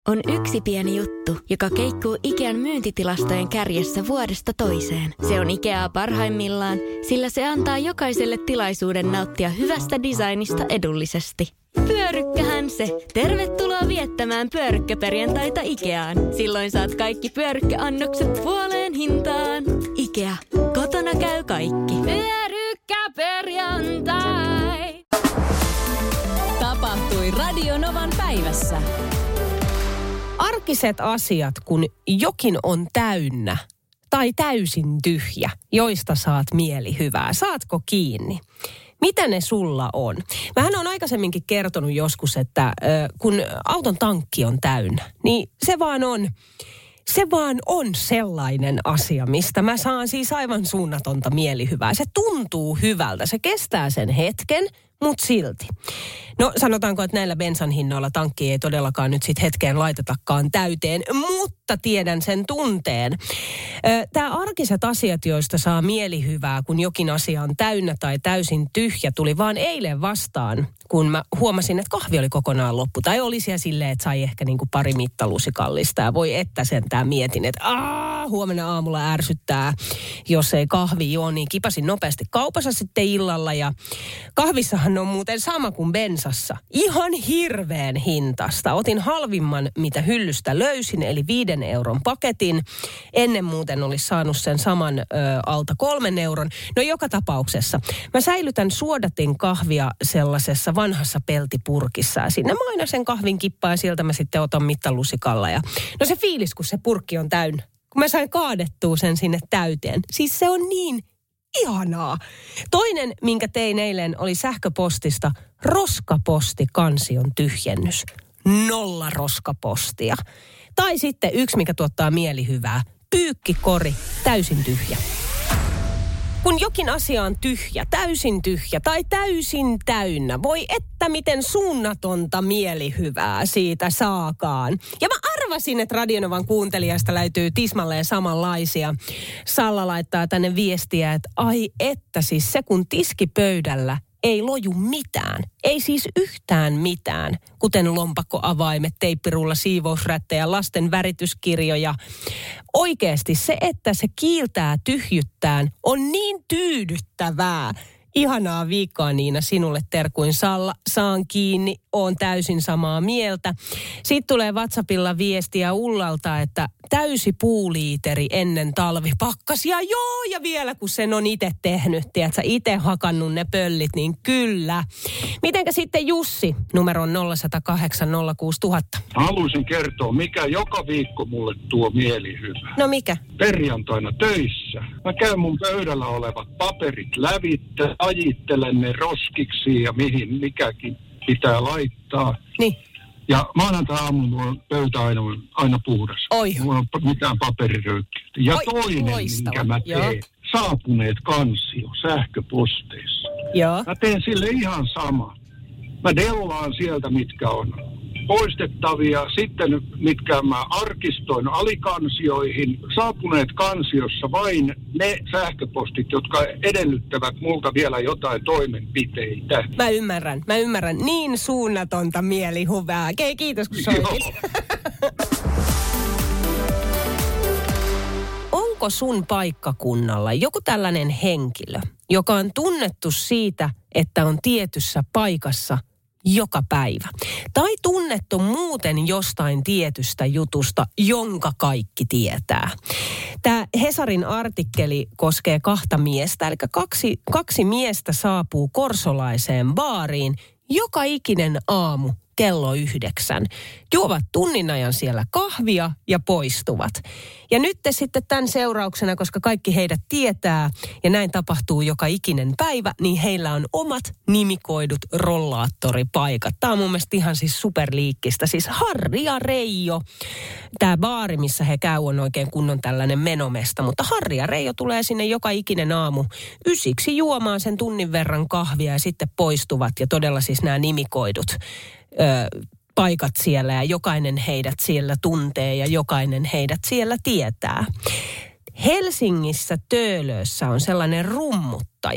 On yksi pieni juttu, joka keikkuu Ikean myyntitilastojen kärjessä vuodesta toiseen. Se on Ikeaa parhaimmillaan, sillä se antaa jokaiselle tilaisuuden nauttia hyvästä designista edullisesti. Pyörykkähän se! Tervetuloa viettämään pyörykkäperjantaita Ikeaan. Silloin saat kaikki pyörykkäannokset puoleen hintaan. Ikea. Kotona käy kaikki. Pyörykkäperjantai! Tapahtui Radio Novan päivässä. Arkiset asiat, kun jokin on täynnä tai täysin tyhjä, joista saat mielihyvää. Saatko kiinni? Mitä ne sulla on? Mähän olen aikaisemminkin kertonut joskus, että kun auton tankki on täynnä, niin se vaan on sellainen asia, mistä mä saan siis aivan suunnatonta mielihyvää. Se tuntuu hyvältä, se kestää sen hetken, mutta silti. No sanotaanko, että näillä bensan hinnoilla tankki ei todellakaan nyt sit hetkeen laitetakaan täyteen, mutta tiedän sen tunteen. Tämä arkiset asiat, joista saa mielihyvää, kun jokin asia on täynnä tai täysin tyhjä, tuli vaan eilen vastaan, kun mä huomasin, että kahvi oli kokonaan loppu. Tai oli siellä silleen, että sai ehkä niinku pari mittalusikallista ja voi että sentään mietin, että huomenna aamulla ärsyttää, jos ei kahvi juo, niin kipasin nopeasti kaupassa sitten illalla ja kahvissahan on muuten sama kuin bensassa. Ihan hirveän hintasta. Otin halvimman, mitä hyllystä löysin, eli 5 euron paketin. Ennen muuten olisi saanut sen saman alta 3 euron. No joka tapauksessa. Mä säilytän suodatin kahvia sellaisessa vanhassa peltipurkissa. Ja sinne mä aina sen kahvin kippaan ja sieltä mä sitten otan mittalusikalla. Ja no se fiilis, kun se purkki on täynnä. Kun mä sain kaadettua sen sinne täyteen. Siis se on niin ihanaa. Toinen, minkä tein eilen, oli sähköpostista roskapostikansion tyhjennys. 0 roskapostia. Tai sitten yksi, mikä tuottaa mielihyvää. Pyykkikori, täysin tyhjä. Kun jokin asia on tyhjä tai täysin täynnä, voi että miten suunnatonta mielihyvää siitä saakaan. Ja mä arvasin, että Radio Novan kuuntelijasta löytyy tismalleen samanlaisia. Salla laittaa tänne viestiä, että ai että siis se kun tiskipöydällä ei loju mitään. Ei siis yhtään mitään, kuten lompakkoavaimet, teippirulla, siivousrättejä, lasten värityskirjoja. Oikeasti se, että se kiiltää tyhjyttään, on niin tyydyttävää. Ihanaa viikkoa Niina sinulle, terkuin Salla. Saan kiinni, oon täysin samaa mieltä. Sitten tulee WhatsAppilla viestiä Ullalta, että täysi puuliiteri ennen talvipakkasia. Joo, ja vielä kun sen on itse tehnyt, tiedätkö, itse hakannut ne pöllit, niin kyllä. Mitenkä sitten Jussi, numero 0108 06000? Haluaisin kertoa, mikä joka viikko mulle tuo mielihyvää. No mikä? Perjantaina töissä. Mä käyn mun pöydällä olevat paperit lävittä, ajittelen ne roskiksi ja mihin mikäkin pitää laittaa. Niin. Ja maanantai-aamulla pöytä aina puhdas. Oi. Mulla on mitään paperiröykkiä. Ja toinen, loistava. minkä mä teen, saapuneet kansio sähköposteissa. Joo. Mä teen sille ihan sama. Mä dellaan sieltä, mitkä on poistettavia, sitten mitkä mä arkistoin alikansioihin, saapuneet kansiossa vain ne sähköpostit, jotka edellyttävät multa vielä jotain toimenpiteitä. Mä ymmärrän. Niin suunnatonta mielihyvää. Kiitos kun soitit. Onko sun paikkakunnalla joku tällainen henkilö, joka on tunnettu siitä, että on tietyssä paikassa joka päivä? Tai tunnettu muuten jostain tietystä jutusta, jonka kaikki tietää. Tämä Hesarin artikkeli koskee 2 miestä, eli kaksi miestä saapuu korsolaiseen baariin joka ikinen aamu kello 9. Juovat tunnin ajan siellä kahvia ja poistuvat. Ja nyt sitten tämän seurauksena, koska kaikki heidät tietää ja näin tapahtuu joka ikinen päivä, niin heillä on omat nimikoidut rollaattoripaikat. Tämä on mun mielestä ihan siis superliikkistä. Siis Harri ja Reijo, tämä baari, missä he käy, on oikein kunnon tällainen menomesta. Mutta Harri ja Reijo tulee sinne joka ikinen aamu 9 juomaan sen tunnin verran kahvia ja sitten poistuvat. Ja todella siis nämä nimikoidut paikat siellä ja jokainen heidät siellä tuntee ja jokainen heidät siellä tietää. Helsingissä Töölössä on sellainen rummuttaja,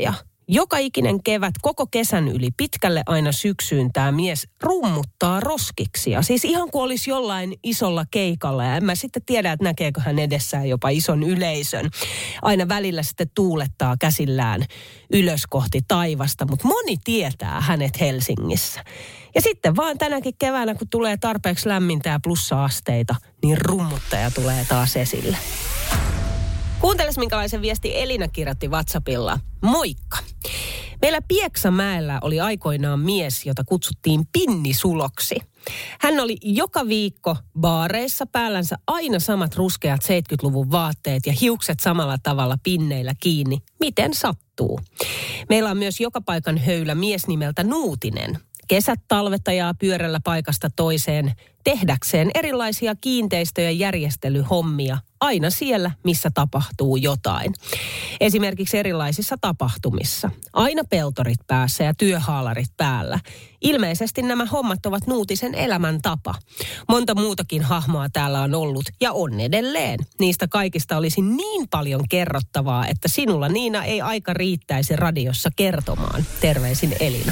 Joka ikinen kevät, koko kesän yli pitkälle aina syksyyn tämä mies rummuttaa roskiksia. Siis ihan kuin olisi jollain isolla keikalla. Ja en mä sitten tiedä, että näkeekö hän edessään jopa ison yleisön. Aina välillä sitten tuulettaa käsillään ylös kohti taivasta, mutta moni tietää hänet Helsingissä. Ja sitten vaan tänäkin keväänä, kun tulee tarpeeksi lämmintä ja plussa-asteita, niin rummuttaja tulee taas esille. Kuunteles, minkälaisen viesti Elina kirjoitti WhatsAppilla. Moikka! Meillä Pieksämäellä oli aikoinaan mies, jota kutsuttiin Pinnisuloksi. Hän oli joka viikko baareissa, päällänsä aina samat ruskeat 70-luvun vaatteet ja hiukset samalla tavalla pinneillä kiinni, miten sattuu. Meillä on myös joka paikan höylä mies nimeltä Nuutinen. Kesät talvet ajaa pyörällä paikasta toiseen tehdäkseen erilaisia kiinteistöjen järjestelyhommia aina siellä, missä tapahtuu jotain. Esimerkiksi erilaisissa tapahtumissa. Aina peltorit päässä ja työhaalarit päällä. Ilmeisesti nämä hommat ovat Nuutisen elämäntapa. Monta muutakin hahmoa täällä on ollut ja on edelleen. Niistä kaikista olisi niin paljon kerrottavaa, että sinulla Niina ei aika riittäisi radiossa kertomaan. Terveisin Elina.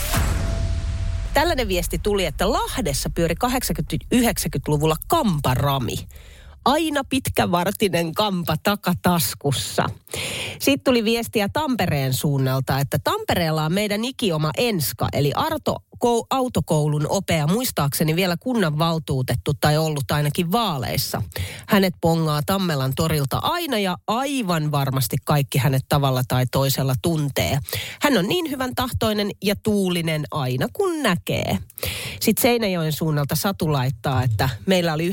Tällainen viesti tuli, että Lahdessa pyöri 80-90-luvulla kamparami. Aina pitkävartinen kampa takataskussa. Sitten tuli viestiä Tampereen suunnalta, että Tampereella on meidän ikioma Enska, eli autokoulun opea, muistaakseni vielä kunnanvaltuutettu tai ollut ainakin vaaleissa. Hänet pongaa Tammelan torilta aina ja aivan varmasti kaikki hänet tavalla tai toisella tuntee. Hän on niin hyvän tahtoinen ja tuulinen aina kun näkee. Sitten Seinäjoen suunnalta Satu laittaa, että meillä oli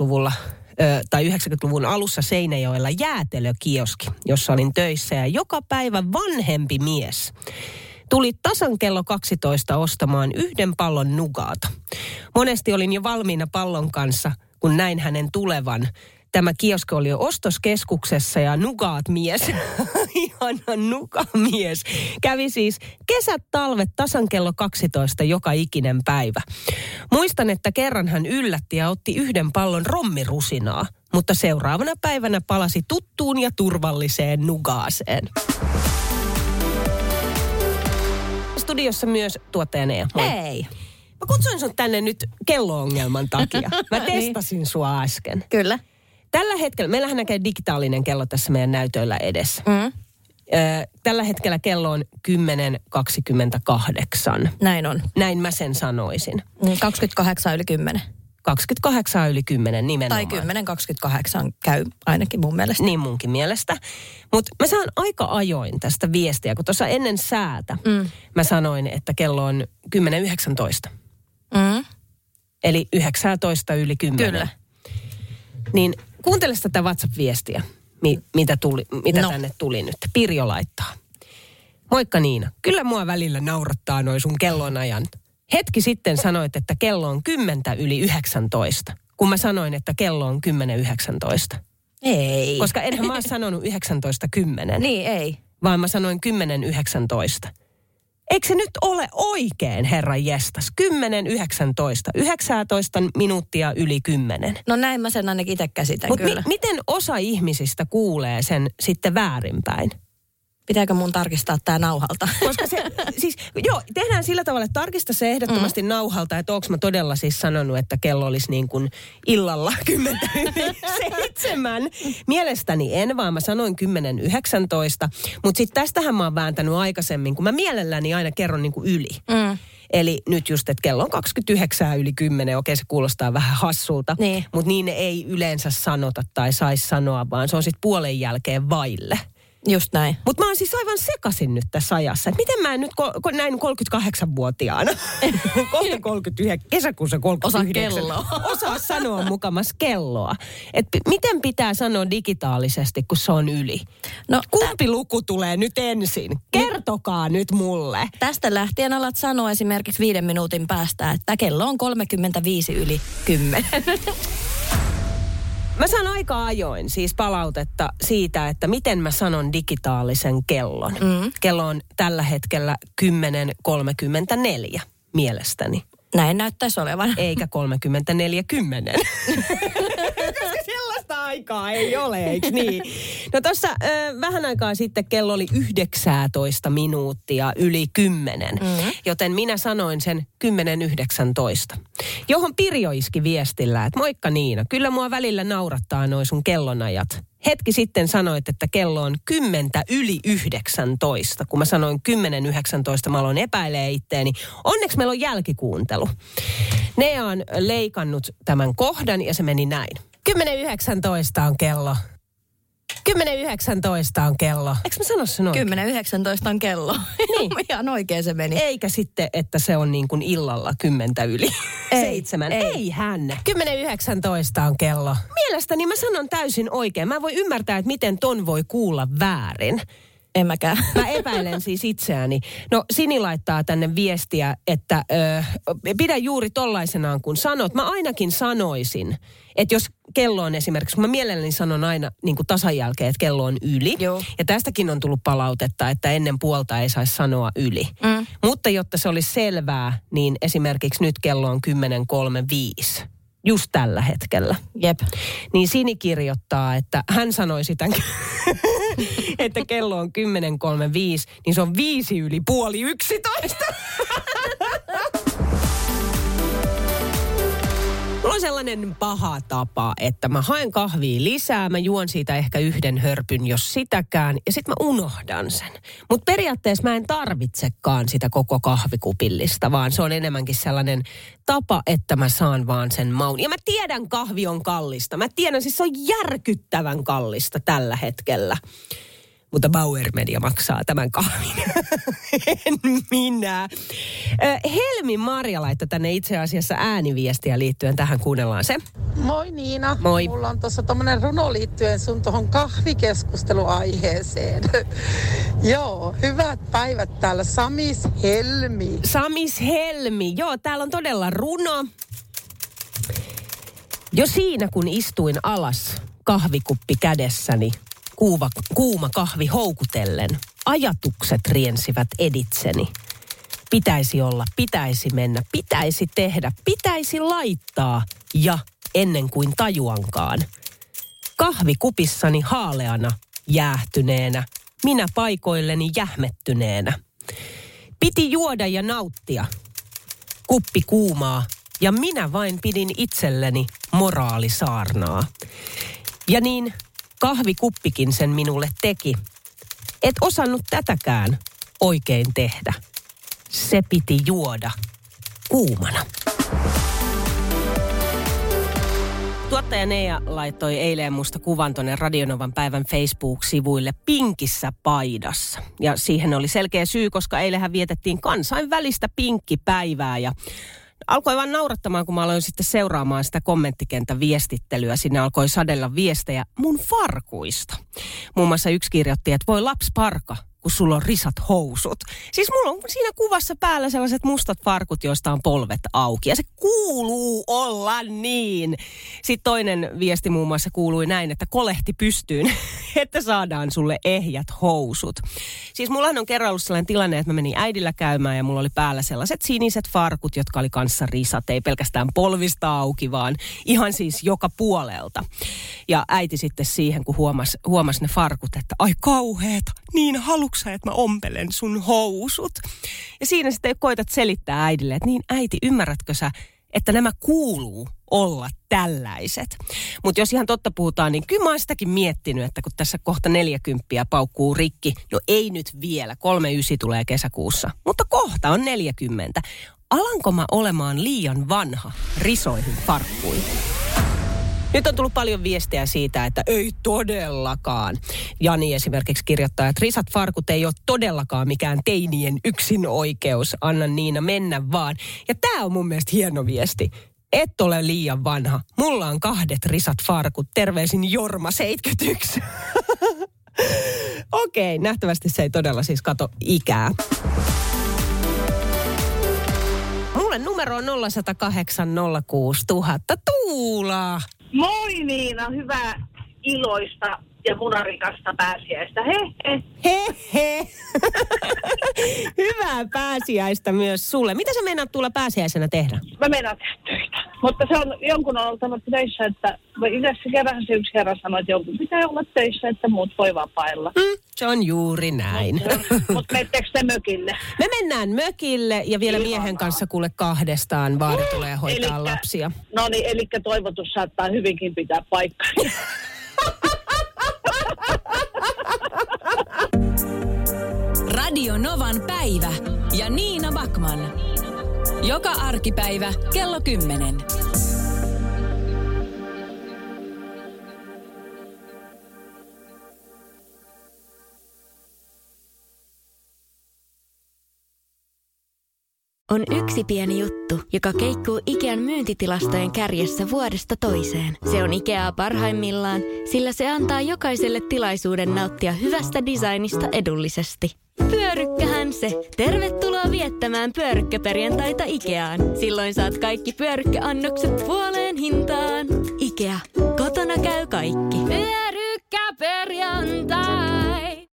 90-luvun alussa Seinäjoella jäätelökioski, jossa olin töissä ja joka päivä vanhempi mies tuli tasan kello 12 ostamaan 1 pallon nugaata. Monesti olin jo valmiina pallon kanssa, kun näin hänen tulevan. Tämä kioski oli jo ostoskeskuksessa ja nugaat-mies, ihana nugamies, kävi siis kesät talvet tasan kello 12 joka ikinen päivä. Muistan, että kerran hän yllätti ja otti 1 pallon rommirusinaa, mutta seuraavana päivänä palasi tuttuun ja turvalliseen nugaaseen. Studiossa myös tuottaja Nea. Hei! Mä kutsuin sut tänne nyt kello-ongelman takia. Mä testasin sua äsken. Kyllä. Tällä hetkellä, meillähän näkee digitaalinen kello tässä meidän näytöillä edessä. Tällä hetkellä kello on 10:28. Näin on. Näin mä sen sanoisin. 28 yli 10. 28 yli 10 nimenomaan. Tai 10:28 käy ainakin mun mielestä. Niin munkin mielestä. Mutta mä saan aika ajoin tästä viestiä, kun tuossa ennen säätä mä sanoin, että kello on 10:19. Eli 19 yli 10. Kyllä. Niin kuuntele tätä WhatsApp-viestiä, mitä tänne tuli nyt. Pirjo laittaa. Moikka Niina, kyllä mua välillä naurattaa noi sun kellonajan. Hetki sitten sanoit, että kello on 10:19, kun mä sanoin, että kello on 10:19. Ei. Koska enhän mä ole sanonut 19:10. Niin, ei. Vaan mä sanoin 10:19. Eikö se nyt ole oikein, herra jestas? 10:19. 19 minuuttia yli 10. No näin mä sen ainakin itse käsitän kyllä. Miten osa ihmisistä kuulee sen sitten väärinpäin? Pitääkö mun tarkistaa tää nauhalta? Koska se, siis joo, tehdään sillä tavalla, että tarkista se ehdottomasti nauhalta, että onko mä todella siis sanonut, että kello olisi niin kuin illalla 10:07. Mielestäni en, vaan mä sanoin 10:19. Mutta sitten tästähän mä oon vääntänyt aikaisemmin, kun mä mielelläni aina kerron niin kuin yli. Eli nyt just, että kello on 29 yli 10. Okei, se kuulostaa vähän hassulta. Niin. Mutta niin ne ei yleensä sanota tai saisi sanoa, vaan se on sitten puolen jälkeen vaille. Just näin. Mutta mä oon siis aivan sekasin nyt tässä ajassa. Että miten mä nyt näin 38-vuotiaana, kohta 39, kesäkuussa 39. Osaa sanoa mukamas kelloa. Että miten pitää sanoa digitaalisesti, kun se on yli? No, kumpi luku tulee nyt ensin? Kertokaa nyt mulle. Tästä lähtien alat sanoa esimerkiksi 5 minuutin päästä, että kello on 35 yli 10. Mä saan aika ajoin siis palautetta siitä, että miten mä sanon digitaalisen kellon. Kello on tällä hetkellä 10:34 mielestäni. Näin näyttäisi olevan. Eikä 34:10. Koska sellaista Aikaa ei ole, eikö niin? No tuossa vähän aikaa sitten kello oli 19 minuuttia yli 10, joten minä sanoin sen 10:19. Johon Pirjo iski viestillä, että moikka Niina, kyllä mua välillä naurattaa noi sun kellonajat. Hetki sitten sanoit, että kello on 10:19. Kun mä sanoin 10:19, mä aloin epäilee itteeni. Onneksi meillä on jälkikuuntelu. Nea on leikannut tämän kohdan ja se meni näin. 10:19 on kello. 10:19 on kello. Eikö mä sano sen oikein? 10:19 on kello. Niin. Ihan oikein se meni. Eikä sitten, että se on niin kuin illalla 10:07. Ei hän. 10:19 on kello. Mielestäni mä sanon täysin oikein. Mä voin ymmärtää, että miten ton voi kuulla väärin. En mäkään. Mä epäilen siis itseäni. No Sini laittaa tänne viestiä, että pidä juuri tollaisenaan kun sanot. Mä ainakin sanoisin, että jos kello on esimerkiksi, mä mielelläni sanon aina niin kuin tasan jälkeen, että kello on yli. Joo. Ja tästäkin on tullut palautetta, että ennen puolta ei saisi sanoa yli. Mutta jotta se olisi selvää, niin esimerkiksi nyt kello on 10:35. Just tällä hetkellä. Jep. Niin Sini kirjoittaa, että hän sanoi sitä, että kello on 10:35, niin se on 11:55. Mulla on sellainen paha tapa, että mä haen kahvia lisää, mä juon siitä ehkä yhden hörpyn, jos sitäkään, ja sit mä unohdan sen. Mutta periaatteessa mä en tarvitsekaan sitä koko kahvikupillista, vaan se on enemmänkin sellainen tapa, että mä saan vaan sen maun. Ja mä tiedän, kahvi on kallista. Mä tiedän, siis se on järkyttävän kallista tällä hetkellä. Mutta Bauer Media maksaa tämän kahvin. En minä. Helmi Marja laittoi tänne itse asiassa ääniviestiä liittyen tähän. Kuunnellaan se. Moi Niina. Moi. Mulla on tuossa tommonen runo liittyen sun tuohon kahvikeskusteluaiheeseen. Joo, hyvät päivät täällä. Samis Helmi. Samis Helmi. Joo, täällä on todella runo. Jo siinä kun istuin alas kahvikuppi kädessäni, kuuma kahvi houkutellen, ajatukset riensivät editseni. Pitäisi olla, pitäisi mennä, pitäisi tehdä, pitäisi laittaa ja ennen kuin tajuankaan. Kahvikupissani haaleana, jäähtyneenä, minä paikoilleni jähmettyneenä. Piti juoda ja nauttia. Kuppi kuumaa ja minä vain pidin itselleni moraalisaarnaa. Ja niin kahvikuppikin sen minulle teki. Et osannut tätäkään oikein tehdä. Se piti juoda kuumana. Tuottaja Nea laittoi eilen musta kuvan tonne Radionovan päivän Facebook-sivuille pinkissä paidassa. Ja siihen oli selkeä syy, koska eilenhän vietettiin kansainvälistä pinkkipäivää ja alkoi vaan naurattamaan, kun mä aloin sitten seuraamaan sitä kommenttikentän viestittelyä. Sinne alkoi sadella viestejä mun farkuista. Muun muassa yksi kirjoitti, että voi laps parka, kun sulla on risat housut. Siis mulla on siinä kuvassa päällä sellaiset mustat farkut, joista on polvet auki. Ja se kuuluu olla niin. Sitten toinen viesti muun muassa kuului näin, että kolehti pystyyn, että saadaan sulle ehjät housut. Siis mullahan on kerran ollut sellainen tilanne, että mä menin äidillä käymään ja mulla oli päällä sellaiset siniset farkut, jotka oli kanssa risat. Ei pelkästään polvista auki, vaan ihan siis joka puolelta. Ja äiti sitten siihen, kun huomasi ne farkut, että ai kauheeta, niin haluksa, että mä ompelen sun housut. Ja siinä sitten koitat selittää äidille, että niin äiti, ymmärrätkö sä, että nämä kuuluu olla tällaiset. Mutta jos ihan totta puhutaan, niin kyllä mä oon sitäkin miettinyt, että kun tässä kohta 40 paukkuu rikki, no ei nyt vielä, 39 tulee kesäkuussa, mutta kohta on 40. Alanko mä olemaan liian vanha risoihin farkkuihin? Nyt on tullut paljon viestejä siitä, että ei todellakaan. Jani esimerkiksi kirjoittaa, että risat farkut ei ole todellakaan mikään teinien yksinoikeus. Anna Niina mennä vaan. Ja tää on mun mielestä hieno viesti. Et ole liian vanha. Mulla on 2 risat farkut. Terveisin Jorma 71. Okei, nähtävästi se ei todella siis kato ikää. Mulle numero on 0108 06 000. Tuula! Moi Niina, hyvää iloista ja munarikasta pääsiäistä. He. Hyvää pääsiäistä myös sulle. Mitä sä meinaat tulla pääsiäisenä tehdä? Mä meinaan tehdä töitä. Mutta se on jonkun on oltava töissä, että yhdessä kerran se yksi kerran sanoi, että jonkun pitää olla töissä, että muut voi vapailla. Se on juuri näin. Mutta menettekö te mökille? Me mennään mökille ja vielä miehen kanssa kuule kahdestaan. Vaari tulee hoitaa lapsia. No niin, eli toivotus saattaa hyvinkin pitää paikkaa. Radio Novan päivä ja Niina Backman. Joka arkipäivä kello 10. On yksi pieni juttu, joka keikkuu Ikean myyntitilastojen kärjessä vuodesta toiseen. Se on Ikeaa parhaimmillaan, sillä se antaa jokaiselle tilaisuuden nauttia hyvästä designista edullisesti. Pyörykkähän se! Tervetuloa viettämään pyörykkäperjantaita Ikeaan. Silloin saat kaikki pyörykkäannokset puoleen hintaan. Ikea. Kotona käy kaikki. Pyörykkäperjantai!